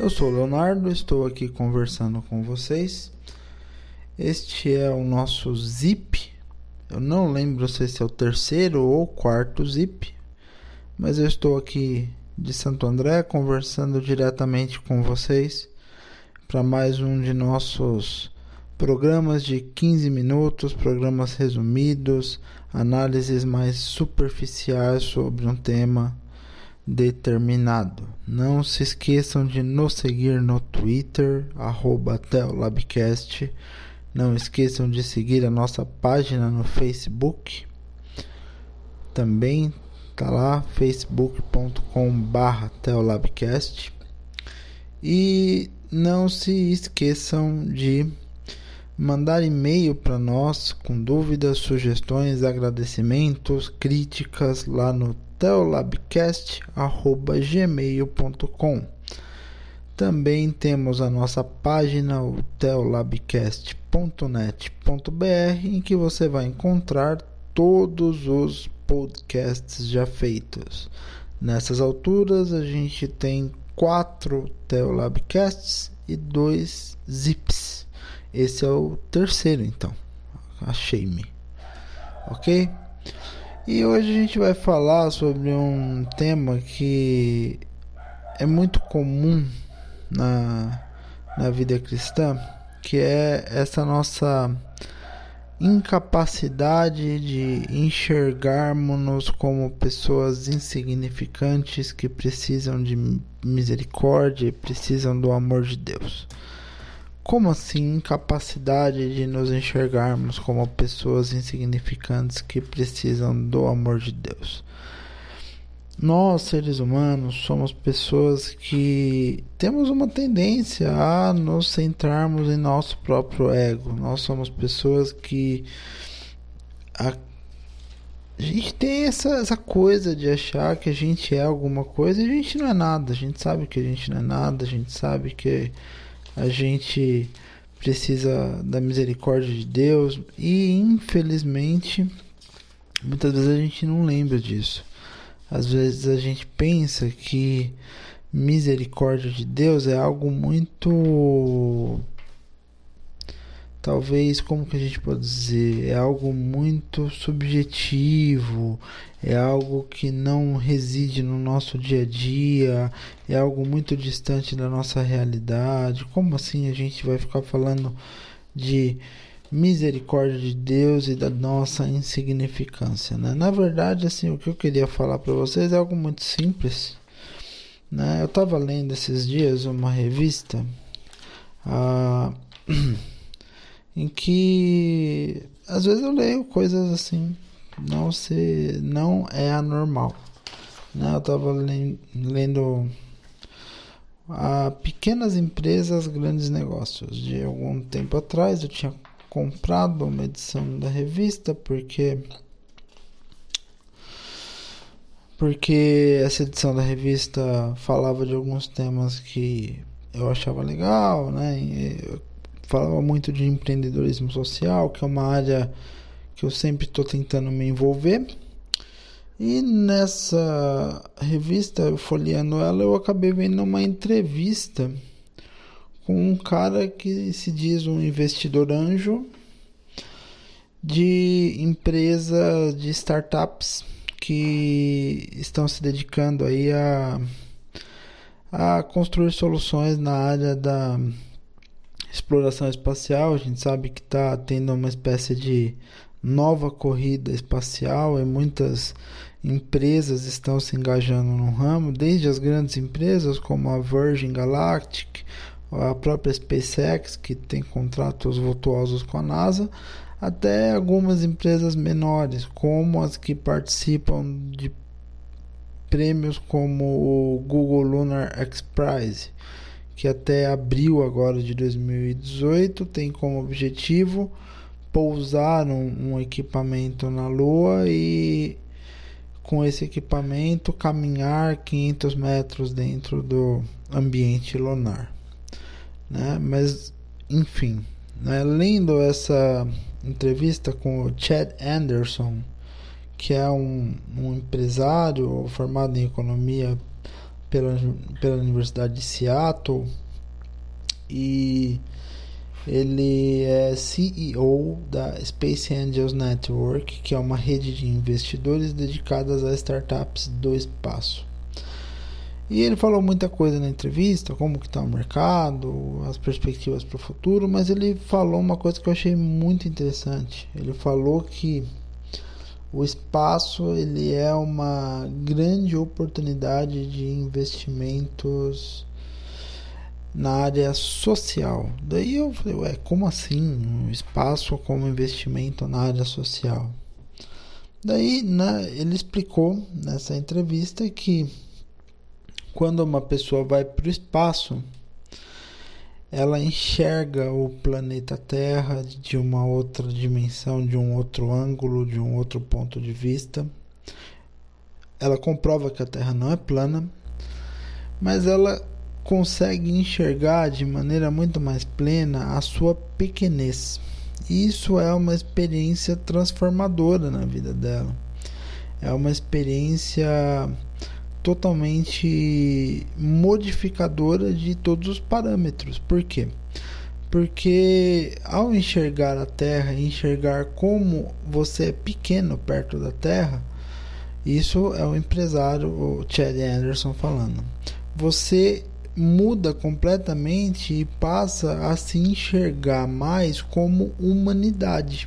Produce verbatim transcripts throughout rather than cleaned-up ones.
Eu sou o Leonardo, estou aqui conversando com vocês. Este é o nosso zip. Eu não lembro se esse é o terceiro ou quarto zip, mas eu estou aqui de Santo André conversando diretamente com vocês para mais um de nossos programas de quinze minutos, programas resumidos, análises mais superficiais sobre um tema determinado. Não se esqueçam de nos seguir no Twitter, arroba teolabcast. Não esqueçam de seguir a nossa página no Facebook. Também tá lá, facebook ponto com barra teolabcast. E não se esqueçam de mandar e-mail para nós com dúvidas, sugestões, agradecimentos, críticas lá no teolabcast arroba gmail ponto com. Também temos a nossa página, o teolabcast ponto net ponto b r, em que você vai encontrar todos os podcasts já feitos. Nessas alturas a gente tem quatro teolabcasts e dois zips. Esse é o terceiro, então. Achei-me. Ok? E hoje a gente vai falar sobre um tema que é muito comum na, na vida cristã, que é essa nossa incapacidade de enxergarmos-nos como pessoas insignificantes que precisam de misericórdia e precisam do amor de Deus. Como assim incapacidade de nos enxergarmos como pessoas insignificantes que precisam do amor de Deus? Nós, seres humanos, somos pessoas que temos uma tendência a nos centrarmos em nosso próprio ego. Nós somos pessoas que a, a gente tem essa, essa coisa de achar que a gente é alguma coisa e a gente não é nada. A gente sabe que a gente não é nada, a gente sabe que a gente precisa da misericórdia de Deus e, infelizmente, muitas vezes a gente não lembra disso. Às vezes a gente pensa que misericórdia de Deus é algo muito... Talvez, como que a gente pode dizer? É algo muito subjetivo, é algo que não reside no nosso dia a dia, é algo muito distante da nossa realidade. Como assim a gente vai ficar falando de misericórdia de Deus e da nossa insignificância, né? Na verdade, assim, o que eu queria falar para vocês é algo muito simples, né? Eu estava lendo esses dias uma revista ah, em que às vezes eu leio coisas assim, não se, não é anormal, né? Eu estava lendo a Pequenas Empresas, Grandes Negócios. De algum tempo atrás eu tinha comprado uma edição da revista porque porque essa edição da revista falava de alguns temas que eu achava legal, né? Eu falava muito de empreendedorismo social, que é uma área que eu sempre estou tentando me envolver. E nessa revista, eu folheando ela, eu acabei vendo uma entrevista com um cara que se diz um investidor anjo de empresas de startups que estão se dedicando aí a, a construir soluções na área da exploração espacial. A gente sabe que está tendo uma espécie de nova corrida espacial e muitas empresas estão se engajando no ramo, desde as grandes empresas como a Virgin Galactic, a própria SpaceX, que tem contratos vultuosos com a NASA, até algumas empresas menores, como as que participam de prêmios como o Google Lunar X Prize, que até abril agora de dois mil e dezoito tem como objetivo pousar um, um equipamento na Lua e com esse equipamento caminhar quinhentos metros dentro do ambiente lunar, né? Mas enfim, né? Lendo essa entrevista com o Chad Anderson, que é um, um empresário formado em economia pela, pela Universidade de Seattle, e ele é C E O da Space Angels Network, que é uma rede de investidores dedicadas a startups do espaço. E ele falou muita coisa na entrevista, como que está o mercado, as perspectivas para o futuro, mas ele falou uma coisa que eu achei muito interessante. Ele falou que o espaço ele é uma grande oportunidade de investimentos na área social. Daí eu falei, ué, como assim? O espaço como investimento na área social? Daí, né, ele explicou nessa entrevista que quando uma pessoa vai para o espaço, ela enxerga o planeta Terra de uma outra dimensão, de um outro ângulo, de um outro ponto de vista. Ela comprova que a Terra não é plana, mas ela consegue enxergar de maneira muito mais plena a sua pequenez. Isso é uma experiência transformadora na vida dela. É uma experiência totalmente modificadora de todos os parâmetros. Por quê? Porque ao enxergar a Terra, enxergar como você é pequeno perto da Terra, isso é o empresário, o Chad Anderson, falando. Você muda completamente e passa a se enxergar mais como humanidade.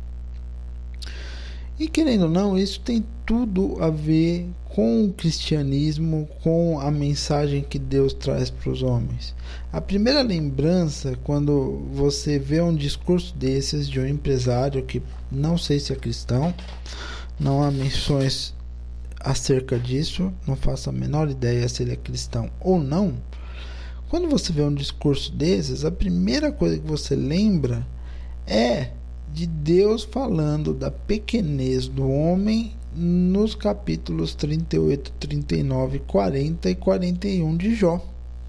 E querendo ou não, isso tem tudo a ver com o cristianismo, com a mensagem que Deus traz para os homens. A primeira lembrança, quando você vê um discurso desses de um empresário que não sei se é cristão, não há menções acerca disso, não faço a menor ideia se ele é cristão ou não. Quando você vê um discurso desses, a primeira coisa que você lembra é de Deus falando da pequenez do homem nos capítulos trinta e oito, trinta e nove, quarenta e quarenta e um de Jó.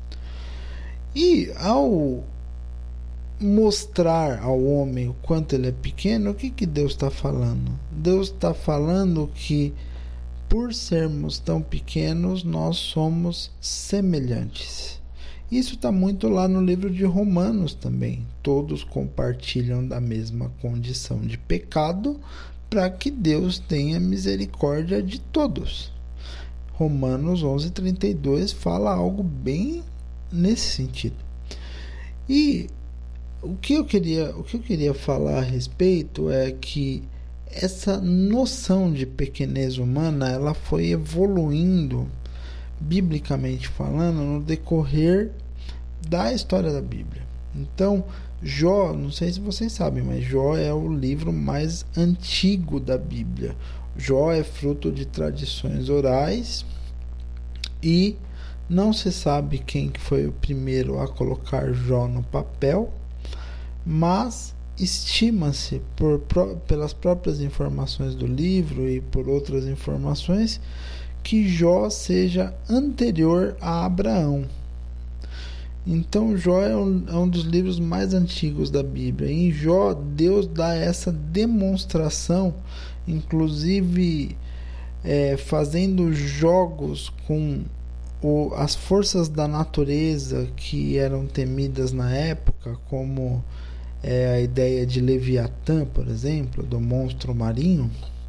E ao mostrar ao homem o quanto ele é pequeno, o que, que Deus está falando? Deus está falando que por sermos tão pequenos, nós somos semelhantes. Isso está muito lá no livro de Romanos também. Todos compartilham da mesma condição de pecado para que Deus tenha misericórdia de todos. Romanos onze, trinta e dois fala algo bem nesse sentido. E o que eu queria, o que eu queria falar a respeito é que essa noção de pequenez humana ela foi evoluindo, biblicamente falando, no decorrer da história da Bíblia. Então, Jó, não sei se vocês sabem, mas Jó é o livro mais antigo da Bíblia. Jó é fruto de tradições orais e não se sabe quem foi o primeiro a colocar Jó no papel, mas estima-se por, pelas próprias informações do livro e por outras informações que Jó seja anterior a Abraão. Então Jó é um, é um dos livros mais antigos da Bíblia. Em Jó, Deus dá essa demonstração, inclusive é, fazendo jogos com o, as forças da natureza que eram temidas na época, como é, a ideia de Leviatã, por exemplo, do monstro marinho,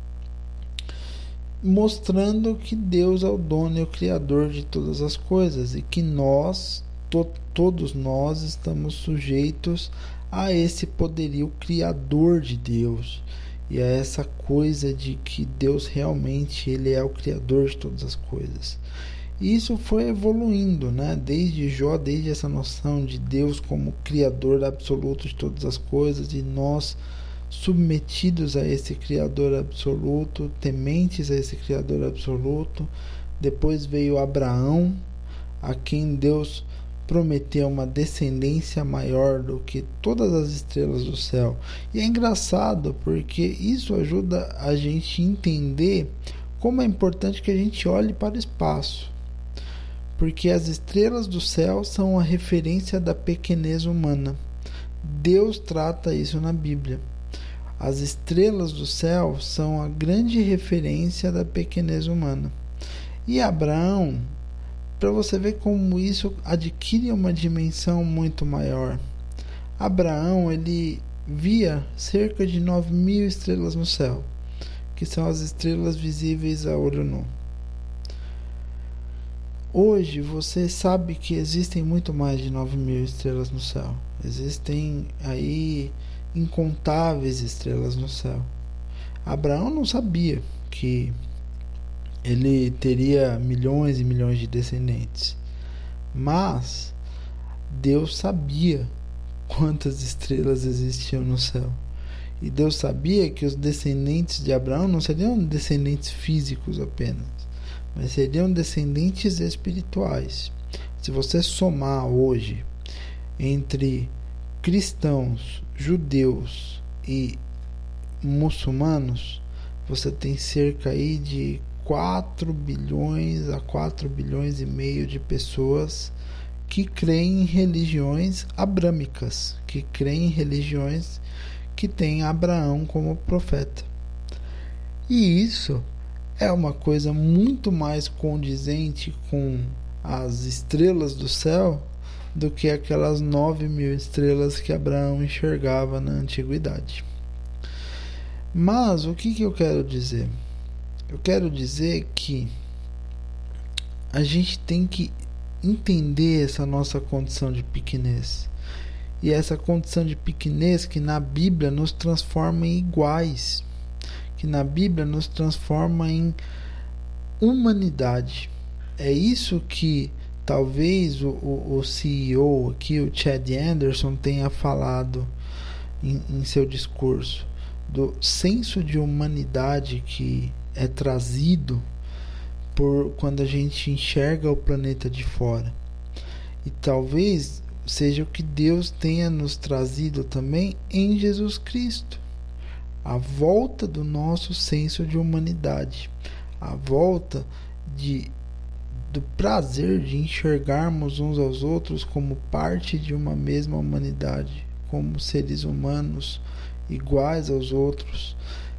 mostrando que Deus é o dono e o criador de todas as coisas e que nós To, todos nós estamos sujeitos a esse poderio criador de Deus e a essa coisa de que Deus realmente ele é o criador de todas as coisas. E isso foi evoluindo, né? Desde Jó, desde essa noção de Deus como criador absoluto de todas as coisas e nós submetidos a esse criador absoluto, tementes a esse criador absoluto. Depois veio Abraão, a quem Deus prometeu uma descendência maior do que todas as estrelas do céu. E é engraçado porque isso ajuda a gente a entender como é importante que a gente olhe para o espaço, porque as estrelas do céu são a referência da pequenez humana. Deus trata isso na Bíblia. As estrelas do céu são a grande referência da pequenez humana. E Abraão para você ver como isso adquire uma dimensão muito maior. Abraão, ele via cerca de nove mil estrelas no céu, que são as estrelas visíveis a olho nu. Hoje você sabe que existem muito mais de nove mil estrelas no céu. Existem aí incontáveis estrelas no céu. Abraão não sabia que ele teria milhões e milhões de descendentes, mas Deus sabia quantas estrelas existiam no céu. E Deus sabia que os descendentes de Abraão não seriam descendentes físicos apenas, mas seriam descendentes espirituais. Se você somar hoje entre cristãos, judeus e muçulmanos, você tem cerca aí de quatro bilhões a quatro bilhões e meio de pessoas que creem em religiões abrâmicas, que creem em religiões que têm Abraão como profeta. E isso é uma coisa muito mais condizente com as estrelas do céu do que aquelas nove mil estrelas que Abraão enxergava na antiguidade. Mas o que, que eu quero dizer? Eu quero dizer que a gente tem que entender essa nossa condição de pequenez. E essa condição de pequenez que na Bíblia nos transforma em iguais, que na Bíblia nos transforma em humanidade. É isso que talvez o, o, o C E O aqui, o Chad Anderson, tenha falado em, em seu discurso, do senso de humanidade que é trazido por quando a gente enxerga o planeta de fora. E talvez seja o que Deus tenha nos trazido também em Jesus Cristo. A volta do nosso senso de humanidade, a volta de, do prazer de enxergarmos uns aos outros como parte de uma mesma humanidade, como seres humanos iguais aos outros,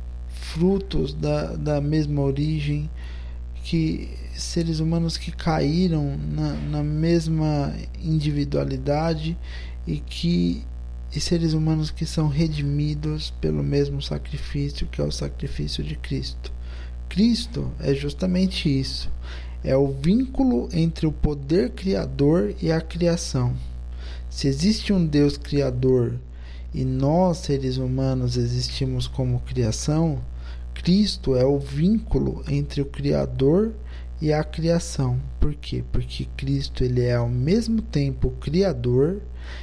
frutos da, da mesma origem, que seres humanos que caíram na, na mesma individualidade e que e seres humanos que são redimidos pelo mesmo sacrifício, que é o sacrifício de Cristo. Cristo é justamente isso, é o vínculo entre o poder criador e a criação. Se existe um Deus criador e nós, seres humanos, existimos como criação, Cristo é o vínculo entre o Criador e a criação. Por quê? Porque Cristo, ele é ao mesmo tempo o Criador,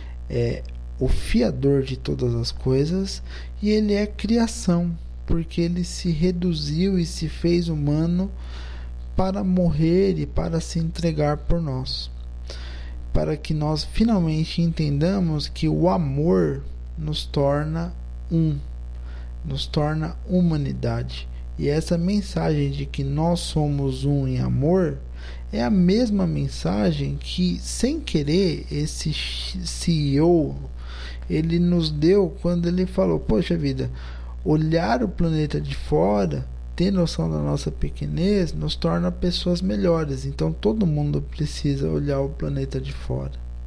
é o fiador de todas as coisas, e ele é criação, porque ele se reduziu e se fez humano para morrer e para se entregar por nós, para que nós finalmente entendamos que o amor nos torna um, nos torna humanidade. E essa mensagem de que nós somos um em amor é a mesma mensagem que, sem querer, esse C E O ele nos deu quando ele falou: poxa vida, olhar o planeta de fora, ter noção da nossa pequenez, nos torna pessoas melhores. Então todo mundo precisa olhar o planeta de fora.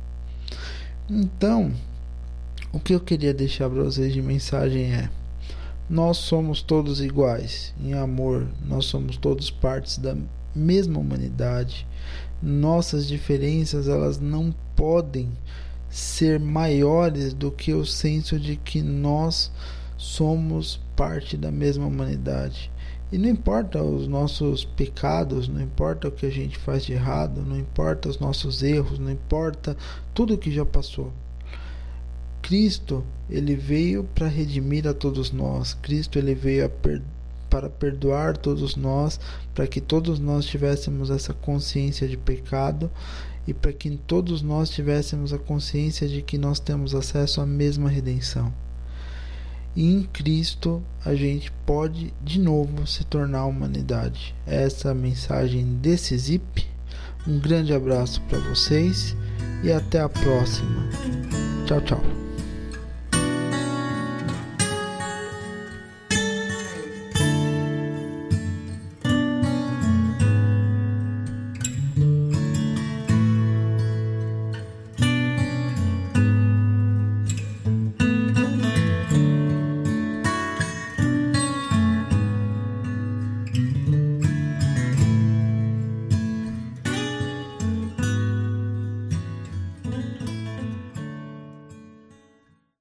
Então, o que eu queria deixar para vocês de mensagem é: nós somos todos iguais em amor, nós somos todos partes da mesma humanidade. Nossas diferenças, elas não podem ser maiores do que o senso de que nós somos parte da mesma humanidade. E não importa os nossos pecados, não importa o que a gente faz de errado, não importa os nossos erros, não importa tudo que já passou. Cristo, ele veio para redimir a todos nós. Cristo, ele veio a per- para perdoar todos nós, para que todos nós tivéssemos essa consciência de pecado e para que todos nós tivéssemos a consciência de que nós temos acesso à mesma redenção. E em Cristo a gente pode de novo se tornar humanidade. Essa é a mensagem desse Zip. Um grande abraço para vocês e até a próxima. Tchau, tchau.